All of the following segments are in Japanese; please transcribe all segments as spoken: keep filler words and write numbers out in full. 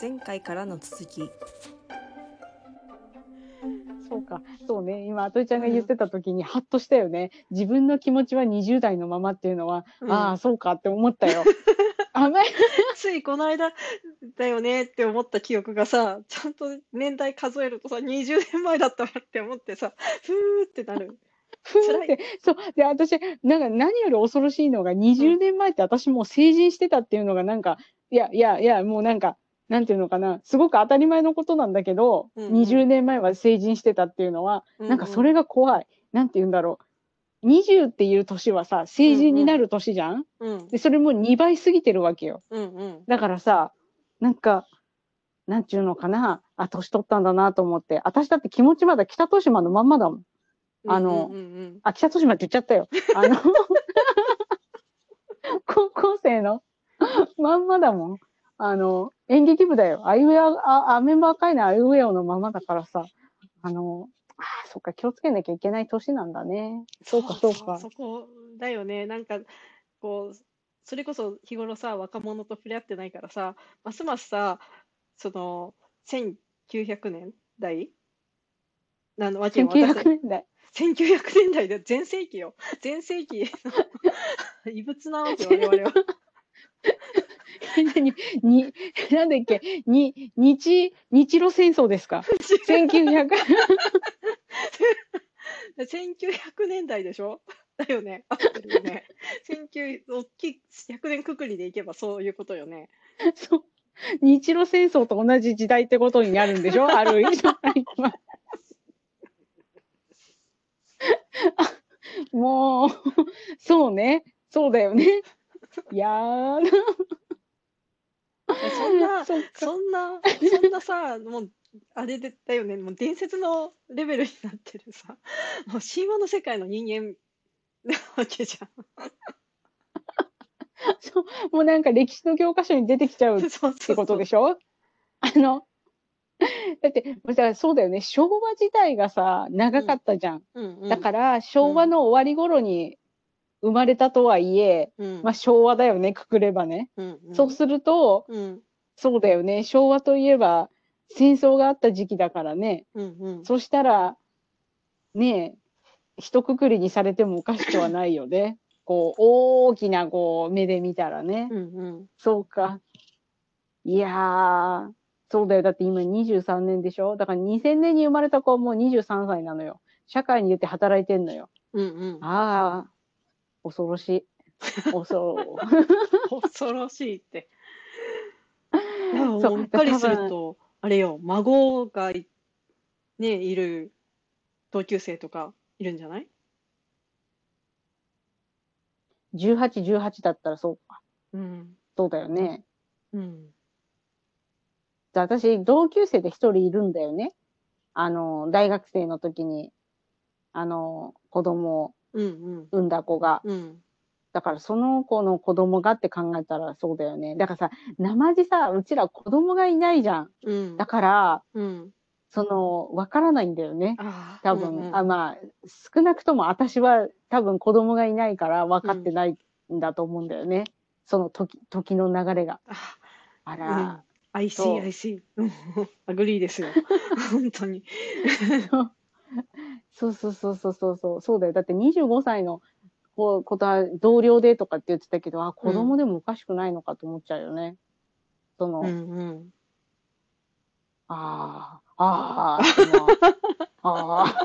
前回からの続き。 そうか、そうね。今、あといちゃんが言ってた時にハッとしたよね。自分の気持ちはにじゅう代のままっていうのは、 うん、 ああ、そうかって思ったよ。あまり、 ついこの間だよねって思った記憶がさ、ちゃんと年代数えるとさ、にじゅうねんまえだったわって思ってさ、ふーってなる。 ふー辛い。 って、そう。で、私、なんか何より恐ろしいのが、20 うん、 年前って私もう成人してたっていうのがなんか、いや、いや、いや、もうなんか、なんていうのかな、すごく当たり前のことなんだけど、 うん、う 20 ん、 年前は成人してたっていうのは、 うん、うん、 なんかそれが怖い。なんていうんだろう。にじゅうっていう年はさ、 うん、うん、 成人になる年じゃん。 うん、 で、それもにばい過ぎてるわけよ。 うん、うん、 だからさ、なんか、なんちゅうのかな。あ、年取ったんだなと思って。私だって気持ちまだ北豊島のまんまだもん。 うん、うん、 あの、 うん、 あ、北豊島って言っちゃったよ。あの、高校生のまんまだもん。あの、演劇部だよ。あいうえあ、あ、アメンバー会のあいうえおのままだからさ。あの、あ、そっか、気をつけなきゃいけない年なんだね。そうか、 そうそう、 そうか。 そこだよね。なんか、こう、それこそ日頃さ、若者と触れ合ってないからさ、ますますさ、その、せんきゅうひゃくねんだいなのわけよ、 1900 私たち。 年代。 せんきゅうひゃくねんだいで全盛期よ。全盛期の異物なわけ、我々は。 何に、なんだっけに、日、日露戦争ですか？ せんきゅうひゃくせんきゅうひゃくねんだいでしょだよね。合ってるよね。せんきゅう、大きいひゃくねんくくりでいけばそういうことよね。 そう。日露戦争と同じ時代ってことになるんでしょ？ある以上。もう、そうね。そうだよね。いやー、 そんな、 そっか。 そんな、そんなさ、もう、あれでだよね。もう伝説のレベルになってるさ、もう神話の世界の人間なわけじゃそう、もうなんか歴史の教科書に出てきちゃうっん。そうてこそうそう。 とでしょ？あの、だって、だからそうだよね。昭和自体がさ、長かうん、 ったじゃん。 うん、うん、 だから、 うん、 昭和の終わり頃に生まれたとはいえ、 うん、 まあ昭和だよね、くくればね。 うん、うん、 そうすると、 うん、 そうだよね。昭和といえば戦争があった時期だからね。 うん、うん。 そしたら、ねえ、一括りにされてもおかしくはないよね。こう、大きなこう目で見たらね。 うん、うん。 そうか。いやー、そうだよ。だって今にじゅうさんねんでしょ？だからにせんねんに生まれた子はもうにじゅうさんさいなのよ。社会に出て働いてんのよ。 うんうん。 ああ、恐ろしい。恐ろ、 恐ろしいって。いや、 そう。 もううっだかりする多分、 と、あれよ、孫がいね、いる同級生とかいるんじゃない？ じゅうはち、じゅうはちだったらそうか。 うん。 そうだよね。 うん。 私、同級生で一人いるんだよね。あの、大学生の時に、あの、子供をうんうん。 産んだ子が。 うん。 だからその子の子供がって考えたらそうだよね。だからさ、生地さ、うちら子供がいないじゃん。 うん。 だから、 うん。 その、わからないんだよね。 ああ、 多分。あ、 うんうん。 まあ、少なくとも私は多分子供がいないから分うん。 かってないんだと思うんだよね。その時、時の流れが。 あ、 あうん。 ら、 I see, そ I see. うん。アグリーですよ。本当に。 う。そうそうそうそうそうそう。そうだよ。だってにじゅうごさいの子、子とは同僚でとかって言ってたけど、あ、子供うん。 でもおかしくないのかと思っちゃうよね。その、 うんうん。 ああ、ああってまあ、ああ、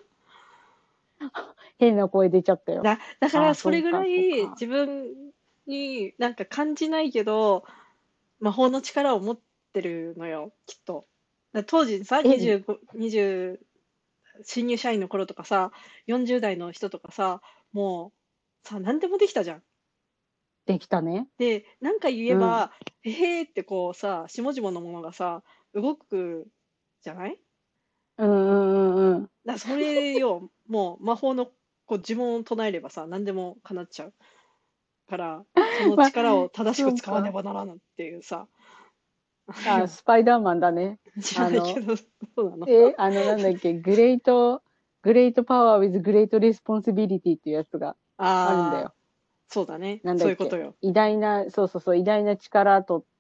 変な声出ちゃったよ。 だ、だかああ、 らそれぐらそうか、そうか。 い自分になんか感じないけど、魔法の力を持ってるのよ、きっと。だ当時さ、 え、 にじゅうご、にじゅう、新入社員の頃とかさ、よんじゅう代の人とかさ、もう、さ、何でもできたじゃん。 できたね。 で、なんか言えうん。 ば、えへーってこうさ、下々のものがさ、動くじゃない？ うんうんうんうん。 だからそれよ、もう魔法のこう呪文を唱えればさ、何でも叶っちゃうから、そのまあ、 力を正しく使わねそうか。 ばならぬっていうさ、あれあ、 よ、 スパイダーマンだね。 知らあの、 ないけど、そうなの。 え、あの、なんだっけ、グレート、グレートパワー with グレートレスポンシビリティっていうやつがあるんだああ、 よ。 そうだね。 なんだっけ、 そういうことよ。 偉大な、そうそうそう、偉大な力と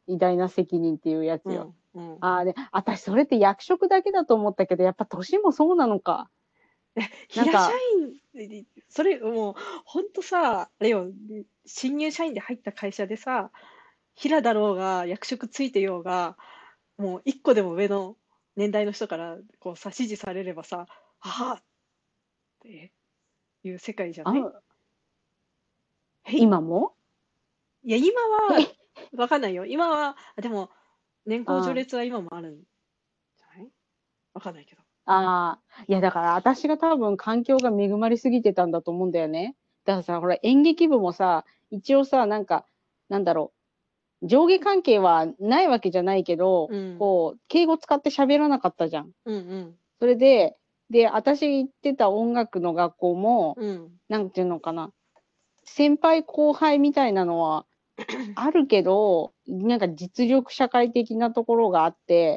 偉大な責任っていうやつよ。 うんうん、 ああ、で、私それって役職だけだと思ったけど、やっぱ年もそうなのか。なん平社か、 員、それもう、ほんとさ、あれよ、新入社員で入った会社でさ、平だろうが、役職ついてようが、もう一個でも上の年代の人からこうさ、指示されればさ、はあっていう世界じゃない？ あ、 へい。 今もいや、今は、 え、 わかんないよ。今は、あでも、年功序あ列は今もあるんじゃない？わかんないけど。 あー、いやだから私が多分環境が恵まれすぎてたんだと思うんだよね。だからさ、ほら演劇部もさ、一応さ、なんか、なんだろう、上下関係はないわけじゃないけど、 うん。 こう、敬語使って喋らなかったじゃん。 うんうん。 それで、で、私行ってた音楽の学校も、 うん。 なんていうのかな、先輩後輩みたいなのはあるけど、なんか実力社会的なところがあって、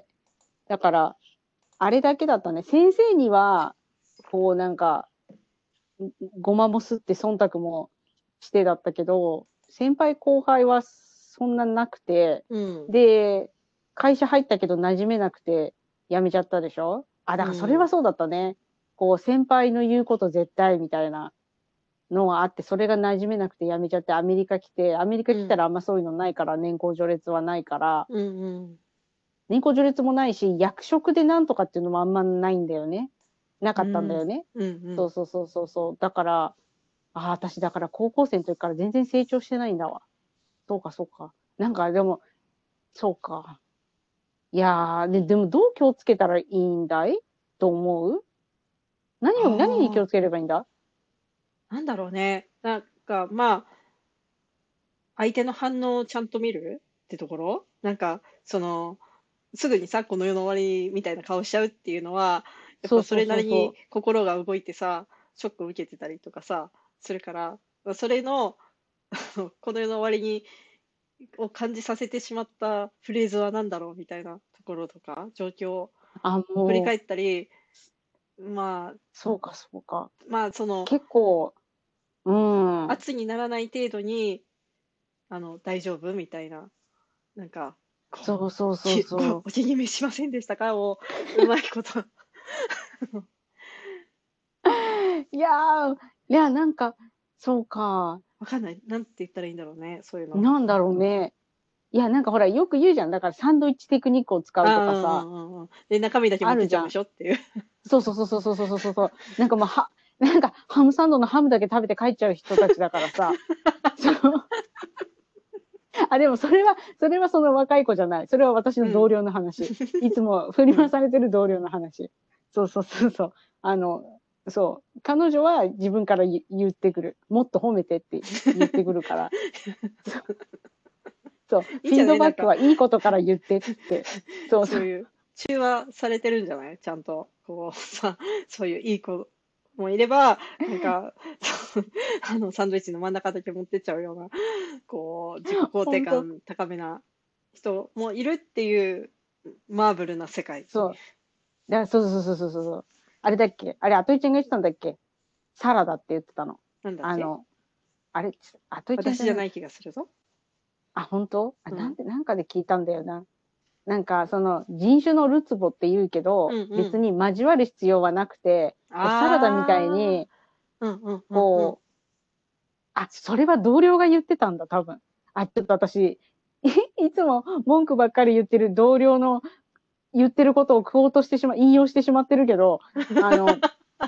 だから、あれだけだったね。先生には、こうなんか、ごまもすって忖度もしてだったけど、先輩後輩はそんななくて、 うん。 で、会社入ったけど馴染めなくて辞めちゃったでしょ。あ、だからそれはそうだったね。こう先輩の言うこと絶対みたいなのがあって、それが馴染めなくて辞めちゃってアメリカ来て、アメリカうん。 来たらあんまそういうのないから、年功序列はないから、 うんうん。 年功序列もないし、役職でなんとかっていうのもあんまないんだよね。なかったんだうん。 よね。 うんうん。 そうそうそうそうそう。だから、ああ、私だから高校生の時から全然成長してないんだわ。そうか、そうか。なんかでも、そうか。いやー、ね、でもどう気をつけたらいいんだいと思う？何を、何に気をあつければいいんだ？ あ、なんだろうね。なんか、まあ、相手の反応をちゃんと見るってところなんか、その、すぐにさ、この世の終わりみたいな顔しちゃうっていうのは、やっぱそそうそうれなりにそうそ心が動いてさ、ショックを受けてたりとかさ、するから、それの、この世の終わりに、を感じさせてしまったフレーズは何だろうみたいなところとか、状況をう。あ、もう、 振り返ったり、まあ、 そうか、そうか。 まあ、その、 結構、うん。 圧にならない程度に、あの、大丈夫みたいな、なんか、こう、 そうそうそうき、ご、 そう。 お気に召しませんでしたかを、うまいこと。 いやー、いや、なんか、そうか。 わかんない。なんて言ったらいいんだろうね。そういうの。 なんだろうね。いや、なんかほら、よく言うじゃん。だからサンドイッチテクニックを使うとかああ、 さ、 うんうんうんうん。で、中身だけ持ってっちゃうんであるじゃん。 しょっていう。 そうそうそうそうそうそうそうそう。なんかもう、は、なんかハムサンドのハムだけ食べて帰っちゃう人たちだからさ。そう。あ、でもそれは、それはその若い子じゃない。それは私の同うん。 僚の話。いつも振りうん。 回されてる同僚の話。そうそうそうそう。あの、そう。彼女は自分から言言ってくる。もっと褒めてって言ってくるから。そう。そう。 いいんじゃフィードバッないなんか、 クはいいことから言ってって。そうそう。 そういう、中和されてるんじゃないちゃんと。こう、さ、そういういい子もいれば、なんか、そうあの、サンドイッチの真ん中だけ持ってっちゃうような、こう、自己肯定本当。 感高めな人もいるっていうマーブルな世界。 そう。だからそうそうそうそうそうそう。あれだっけあれ、アトイちゃんが言ってたんだっけ？サラダって言ってたの。 なんだっけ？ あの、あれ、アトイちゃんじゃない。 私じゃない気がするぞ。 あ、本当？あ、 うん。 なんで、なんかで聞いたんだよな。なんか、その、人種のるつぼって言うけど、 うんうん。 別に交わる必要はなくて、こうサラダみたいあに、 あ、うんうんうんうん。 こう、あ、それは同僚が言ってたんだ、多分。あ、ちょっと私、いつも文句ばっかり言ってる同僚の言ってることを食おうとしてしま、引用してしまってるけど、あの、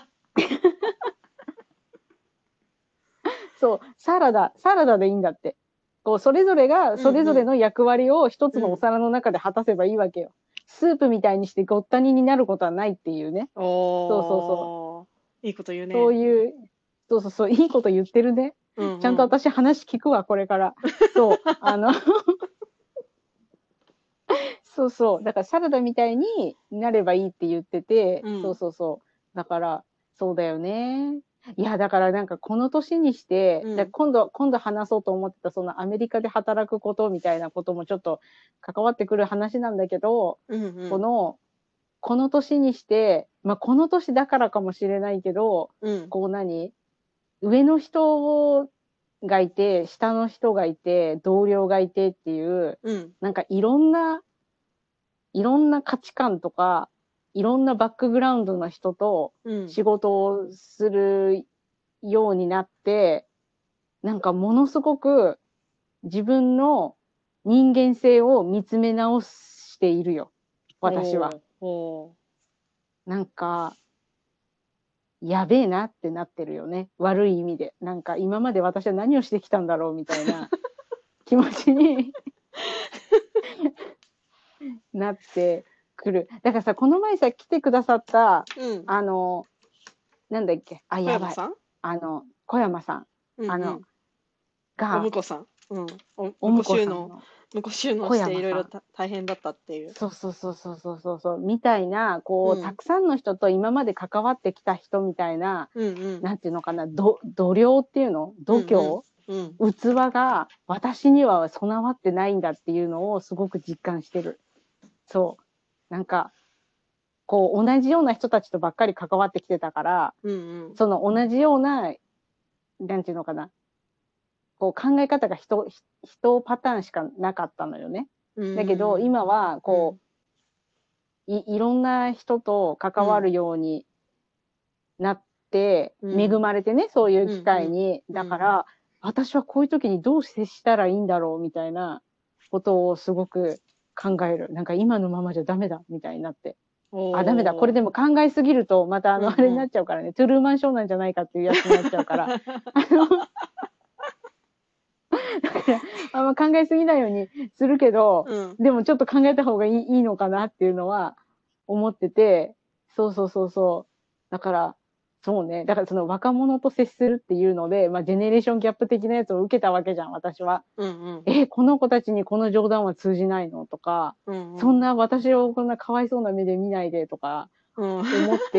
そう、サラダ、サラダでいいんだって。こう、それぞれが、それぞれうんうん。 の役割を一つうん。 のお皿の中で果たせばいいわけよ。スープみたいにしてごったにになることはないっていうね。そうそうそう。 おー、いいこと言うそうね。 いう、そうそうそう、いいこと言ってるね。 うんちゃんとうん。 私話聞くわ、これから。そう、あの、そうそう。だからサラダみたいになればいいって言ってて、そううん。 そうそう。だから、そうだよね。いや、だからなんかこの年にして、でうん。 今度、今度話そうと思ってたそのアメリカで働くことみたいなこともちょっと関わってくる話なんだけど、 うんうん。 この、この年にして、まあこの年だからかもしれないけど、 うん。 こう何上の人がいて、下の人がいて、同僚がいてっていう、 うん。 なんかいろんな、いろんな価値観とか、いろんなバックグラウンドの人とうん。 仕事をするようになって、なんかものすごく自分の人間性を見つめ直しているよ。私は。 おー、おなんか、やべえなってなってるよね。悪い意味で。なんか今まで私は何をしてきたんだろうみたいな気持ちになってくる。だからさ、この前さ、来てくださった、 ー。うん。 あの、なんだっけ、あ、やばい。 小山さん。 あの、小山さん。あの、 うんうん。おが、 婿さん。うん。お、婿お婿収納、 さんの婿収納小していろいろ山さん。 た大変だったっていう。 そうそうそうそうそうそうそう、みたいな、こう、たうん。 くさんの人と今まで関わってきた人みたいな、 うんうん。 なんていうのかな、ど、度量っていうの度うんうん。 胸うん。 器が私には備わってないんだっていうのをすごく実感してる。そう。なんか、こう、同じような人たちとばっかり関わってきてたから、 うんうん。 その同じような、なんていうのかな、こう考え方が人、人パターンしかなかったのよね。 うだけど、 ん。 今は、こうん。 う、い、いろんな人と関わるうん。 ようになって、恵うん。 まれてね、そういう機うん。うん。 会に。 うん。 だから、私はこういう時にどう接したらいいんだろうみたいなことをすごく考える。なんか今のままじゃダメだみたいになって。あ、ダメだ。これおー。 でも考えすぎると、またあの、あれにうんうん。 なっちゃうからね。トゥルーマンショーなんじゃないかっていうやつになっちゃうから。あの、だからあんま考えすぎないようにするけど、 うん。 でもちょっと考えた方がいいいいのかなっていうのは思ってて、そうそうそうそう。だから、そうね。だからその若者と接するっていうので、まあジェネレーションギャップ的なやつを受けたわけじゃん、私は。 うんうん。 え、この子たちにこの冗談は通じないのとか、 うんうん。 そんな私をこんなかわいそうな目で見ないでとかうん。 思って、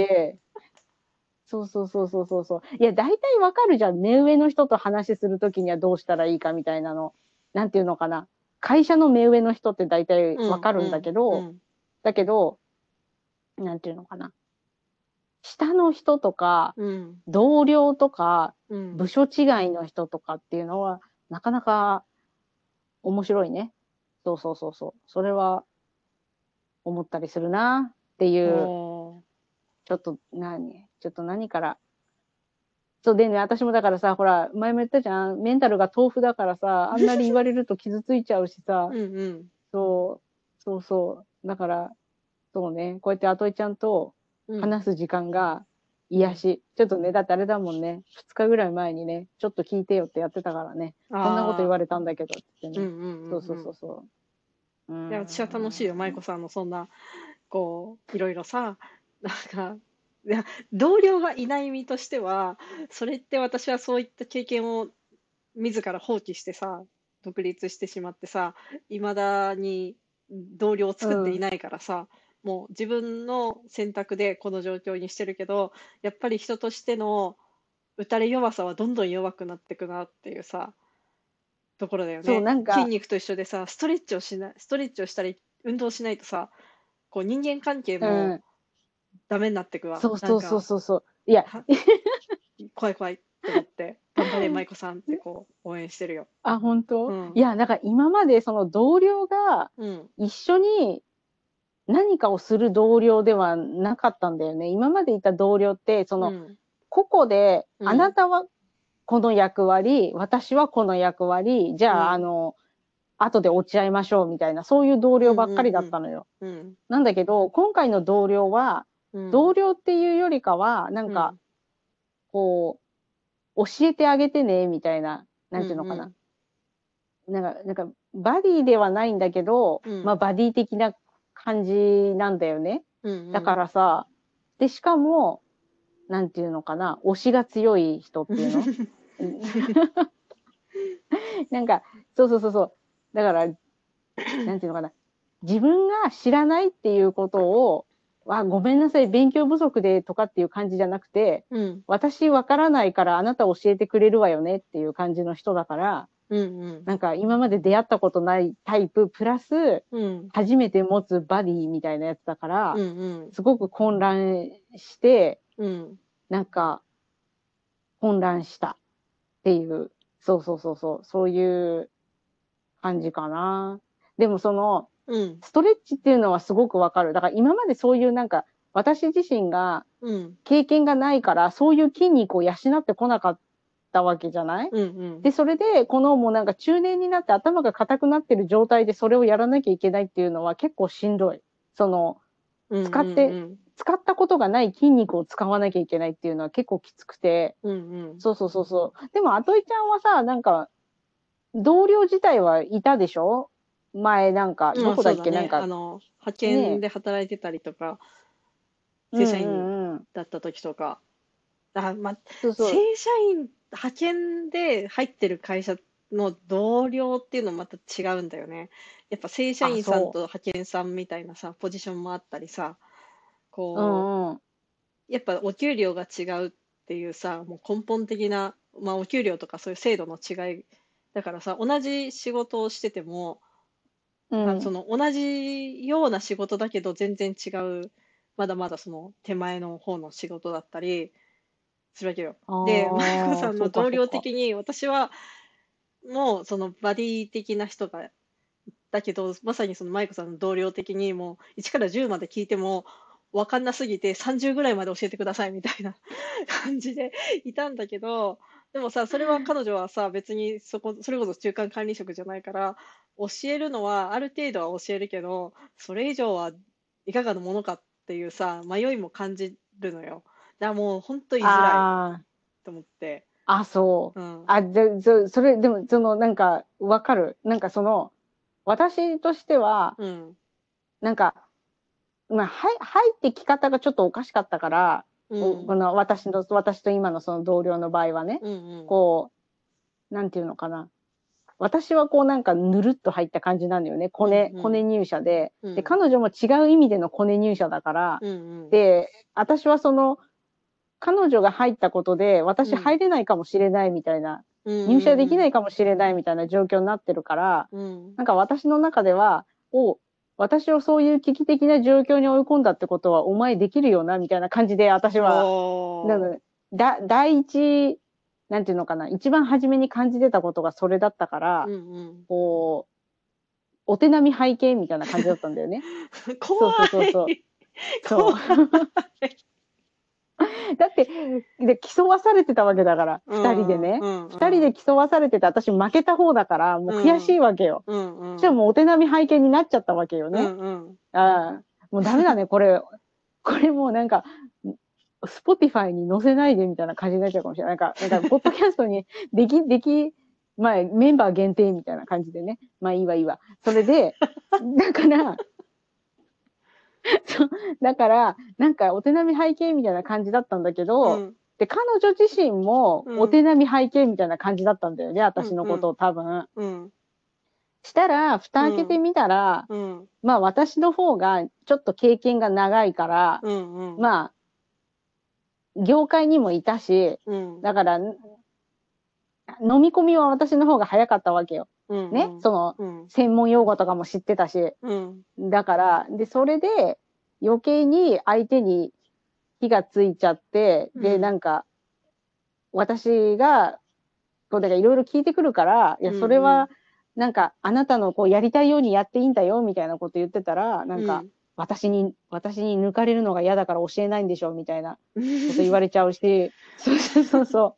そうそうそうそうそうそう。いや、大体わかるじゃん。目上の人と話するときにはどうしたらいいかみたいなの。なんていうのかな。会社の目上の人って大体うわかるんだんうん。うけど、 ん。 だけど、なんていうのかな。下の人とか、 うん。 同僚とか、 うん。 部署違いの人とかっていうのは、なかなか面白いね。そうそうそうそう。それは思ったりするなっていう、 おー。 ちょっと何、ちょっと何からそうでね、私もだからさ、ほら、前も言ったじゃん。メンタルが豆腐だからさ、あんまり言われると傷ついちゃうしさ、 うんうん。 そう、そうそう。だから、そうね、こうやってアトイちゃんとうん。 話す時間がうん。 癒し。ちょっとね、だってあれだもんね、ふつかぐらい前にね、ちょっと聞いてよってやってたからね、こんなこと言ああ。 われたんだけどってね。 うんうんうそうそうんうん。 そうそう。うーいや、私は楽しいよ。舞子ん。 さんのそんな、こう、いろいろさ、なんか、いや、同僚がいない身としては、それって私はそういった経験を自ら放棄してさ、独立してしまってさ、いまだに同僚をうん。 作っていないからさ、もう自分の選択でこの状況にしてるけど、やっぱり人としての打たれ弱さはどんどん弱くなっていくなっていうさ、ところだよそう、 ね。 なんか、 筋肉と一緒でさ、ストレッチをしない、ストレッチをしたり、運動しないとさ、こう人間関係うもん。 ダメになってくわ。 そうそうそうなんか、 そうそう。いや、 は怖い怖いって思って、頑張れ、舞子さんってこう、応援してるよ。 あ、本当うん、 いや、なんか今までその同僚がうん、 一緒に何かをする同僚ではなかったんだよね。今までいた同僚って、その、 うん、 個々で、あなうん、 たはこの役割、私はこの役割、じゃあ、あうん、 の、後で落ち合いましょうみたいな、そういう同うん、 僚ばっかりだうん、 ったのよ。 うん、 なんだけど、今回の同僚は、 うん、 同僚っていうよりかは、なんか、 うん、 こう、教えてあげてね、みたいな、なうん、 んていうのかな。 うん、 なんか、なんか、バディではないんだけど、 うん、 まあ、バディ的な感じなんだよね。 うだかん、 らさ、で、しかも、なんていうのかな、推しが強い人っうん、 ていうのなんか、そうそうそうそう。だから、なんていうのかな、自分が知らないっていうことを、あ、ごめんなさい、勉強不足でとかっていう感じじゃなくて、 うん、 私わからないからあなた教えてくれるわよねっていう感じの人だから、 うん、 なんか今まで出会ったことないタイプ、プラス、 うん、 初めて持つバディみたいなやつだから、 うん、 すごく混乱して、 うん、 なんか混乱したっていう。 そうそうそうそう、そういう感じかな。でもその、 うん。 ストレッチっていうのはすごくわかる。だから今までそういうなんか、私自身がうん。 経験がないから、そういう筋肉を養ってこなかったわけじゃない。 うん。うん。 で、それで、このもうなんか中年になって頭が硬くなってる状態でそれをやらなきゃいけないっていうのは結構しんどい。その、 うん。 使って、 うん。 使ったことがない筋肉を使わなきゃいけないっていうのは結構きつくて、 うん。うん。 そうそうそうそう。でも、あといちゃんはさ、なんか、同僚自体はいたでしょ。前なんか、 まあ、 どこだっそうだね。 けなんか、 あの、派遣ねで働いてたりとか、 うん正社員うんうん。 だった時とか、あ、まあ、正そうそう。 社員、派遣で入ってる会社の同僚っていうのもまた違うんだよね。やっぱ正社あ、 員さんそと派遣さんみたいなさ、ポジションもあったりさ、 う。うこんうん。 う、やっぱお給料が違うっていうさ、もう根本的な、まあお給料とかそういう制度の違い。だからさ、同じ仕事をしてても、まあ、そうん。 の同じような仕事だけど全然違う、まだまだその手前の方の仕事だったりするわけよ。で、マイコああ、 さんその同僚うかそうか。 的に私はもうそのバディ的な人が、だけど、まさにそのマイコさんの同僚的にもういちからじゅうまで聞いても分かんなすぎてさんじゅうぐらいまで教えてくださいみたいな感じでいたんだけど、でもさ、それは彼女はさ、別にそこ、それこそ中間管理職じゃないから、教えるのはある程度は教えるけど、それ以上はいかがなものかっていうさ、迷いも感じるのよ。だからもう本当居づらいあと思って。 あ、あ、そう。 うん。 あ、で、そ、それ、でも、その、なんか、わかる。なんかその、私としては、 うん。 なんか、まあ、はい、入ってき方がちょっとおかしかったから、おこうん。 の私の、私と今のその同僚の場合はね、 うん。うん。 こう、なんていうのかな。私はこうなんかぬるっと入った感じなんだよね。コうん。 ネ、 うん。 コネ入社で。で、 うん。 彼女も違う意味でのコネ入社だから。 うん。 で、私はその、彼女が入ったことで、私うん。 入れないかもしれないみたいな、 うん。 入社できうん。 ないかもしれないみたいな状況になってるから、 うん。 なんか私の中では、お、私をそういう危機的な状況に追い込んだってことは、お前できるよな、みたいな感じで、私は、なおー。 ので、だ、第一、なんていうのかな、一番初めに感じてたことがそれだったから、 うん。うん。 こう、お手並み拝見みたいな感じだったんだよね。 怖そうそうそうそう。 い。 そう。 怖い。 だって、で、競わされてたわけだから、 う二人でん。 ね。 うん。 二人でうん。 競わされてて、私負けた方だから、もうう悔しん。 いわけよ。 うん。 そしたらうん。 もうお手並み拝見になっちゃったわけよね。 うん。うん。 ああ、もうダメだね、これ。これもうなんか、スポティファイに載せないでみたいな感じになっちゃうかもしれない。なんか、なんか、ポッドキャストにでき、でき、まあ、メンバー限定みたいな感じでね。まあいいわいいわ。それで、だから、そう、だから、なんかお手並み拝見みたいな感じだったんだけど、 うん。 で、彼女自身もお手うん。 並み拝見みたいな感じだったんだよね、 うん。うん。 私のことを多分。 うん。 したら、蓋開けてうん。 みたら、 うん。 まあ私の方がちょっと経験が長いから、 うん。うん。 まあ、業界にもいたし、 うん。 だから、飲み込みは私の方が早かったわけよ。 うん。 ね、その、 うん。 専門用語とかも知ってたし。 うん。 だから、で、それで余計に相手に火がついちゃって、で、なうん。 んか、私が、こう、だからいろいろ聞いてくるから、いや、 うん。 それは、 うん。 なんか、あなたのこう、やりたいようにやっていいんだよ、みたいなこと言ってたら、なんか、 うん。 私に、私に抜かれるのが嫌だから教えないんでしょ、みたいなこと言われちゃうし、そうそうそうそう。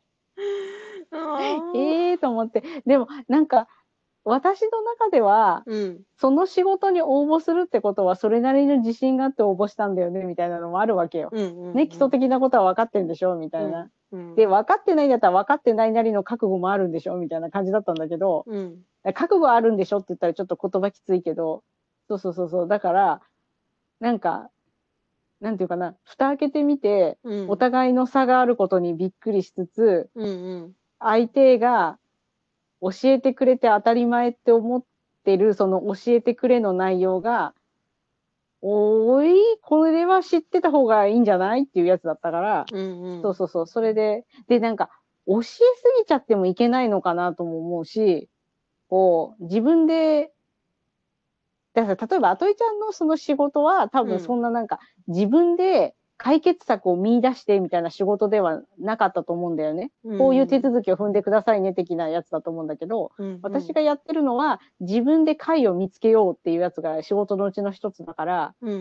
ああ。 ええーと思って。でも、なんか、私の中では、 うん。 その仕事に応募するってことは、それなりの自信があって応募したんだよね、みたいなのもあるわけよ。 うん。うね、 ん。 基礎的なことは分かってんでしょ、みたうん。 いな。 うん。 で、分かってないんだったら分かってないなりの覚悟もあるんでしょ、みたいな感じだったんだけど、 うん。 覚悟あるんでしょって言ったらちょっと言葉きついけど、そうそうそうそう。だから、なんか、なんていうかな、蓋開けてみて、 うん。 お互いの差があることにびっくりしつつ、 うん。うん。 相手が教えてくれて当たり前って思ってる、その教えてくれの内容が、おい、これは知ってた方がいいんじゃないっていうやつだったから、 うん。うん。 そうそうそう、それで、で、なんか、教えすぎちゃってもいけないのかなとも思うし、こう、自分で、だから例えば、あといちゃんのその仕事は多分そんななんか、自分で解決策を見出してみたいな仕事ではなかったと思うんだよね。 うんこういう手続きを踏んでくださいね的なやつだと思うんだけど、 うんうん、 私がやってるのは自分で解を見つけようっていうやつが仕事のうちの一つだから、 うんうん、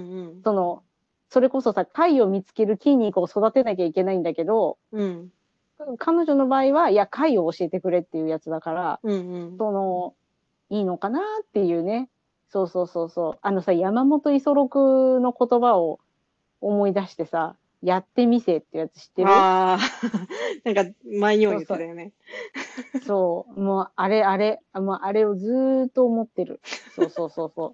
その、それこそさ、解を見つける筋肉を育てなきゃいけないんだけど、 うん、 彼女の場合は、いや、解を教えてくれっていうやつだから、 うんうん、 その、いいのかなっていうね。そうそうそうそう。あのさ、山本五十六の言葉を思い出してさ、やってみせってやつ知ってる？ ああ、なんか前にも言ってそうそう。 たよね。 そう。もう、あれあれ、もうあれをずーっと思ってる。そうそうそうそう。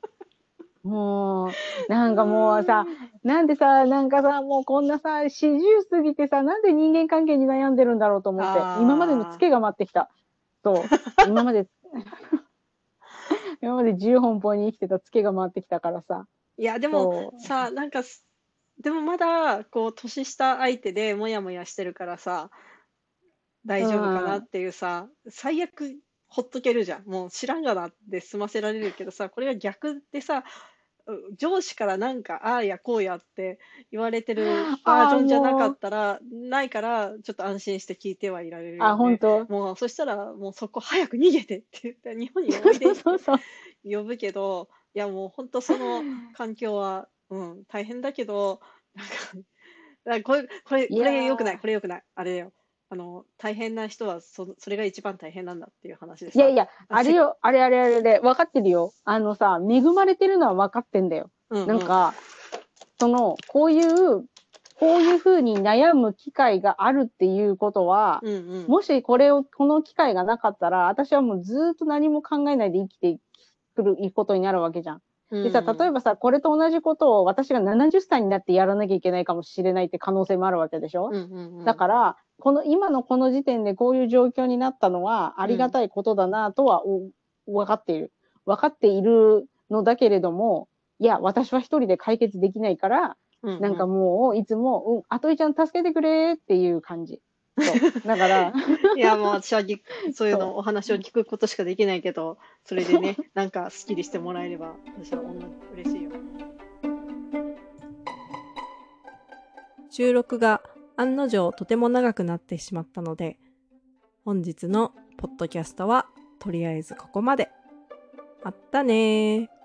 もう、なんかもうさ、なんでさ、なんかさ、もうこんなさ、四十過ぎてさ、なんで人間関係に悩んでるんだろうと思って、今までのツあケが待ってきた。そう。今まで、今まで自由奔放に生きてたツケが回ってきたからさ。 いや、でもそさ、なんかす、でもまだ、こう、年下相手でもやもやしてるからさ、 う。う大丈夫かなっん。 ていうさ、最悪ほっとけるじゃん。もう知らんがなって済ませられるけどさ、これが逆でさ、う上司からなんか、ああやこうやって言われてるバージああ、 ョンじゃなかもう、 ったら、ないから、ちょっと安心して聞いてはいられるあ、 よね。 本当。 もう、そしたら、もうそこ早く逃げてって言って、日本におそうそういでってそうそう。 呼ぶけど、いやもう本当その環境は、うん、大変だけど、なんか、だからこれ、これ、 いこれ良くない、 やこれ良くない。あれだよ。あの、大変な人はそ、それが一番大変なんだっていう話でー、いやさ、 いや、 あせ、 あれよ、あれあれあれで、分かってるよ。あのさ、恵まれてるのは分かってんだよ。 うんうん、 なんか、その、こういう、こういうふうに悩む機会があるっていうことは、 うんうん、 もしこれを、この機会がなかったら、私はもうずーっと何も考えないで生きてくる、いくことになるわけじゃん。 うでさ、例えん、 ばさ、これと同じことを私がななじゅっさいになってやらなきゃいけないかもしれないって可能性もあるわけでしょ？ うんうんうん、 だから、この、今のこの時点でこういう状況になったのはありがうん、 たいことだなとは分かっている。分かっているのだけれども、いや、私は一人で解決できないから、なんかうんうん。 もう、いつも、うん、あといちゃん助けてくれっていう感じ。そう。だから、 いや、もう私はぎそういうそのお話を聞くことしかできないけど、それでね、なんかスッキリしてもらえれば、私は同じ嬉しいよ。収録が案の定とても長くなってしまったので、本日のポッドキャストはとりあえずここまで。あったねー。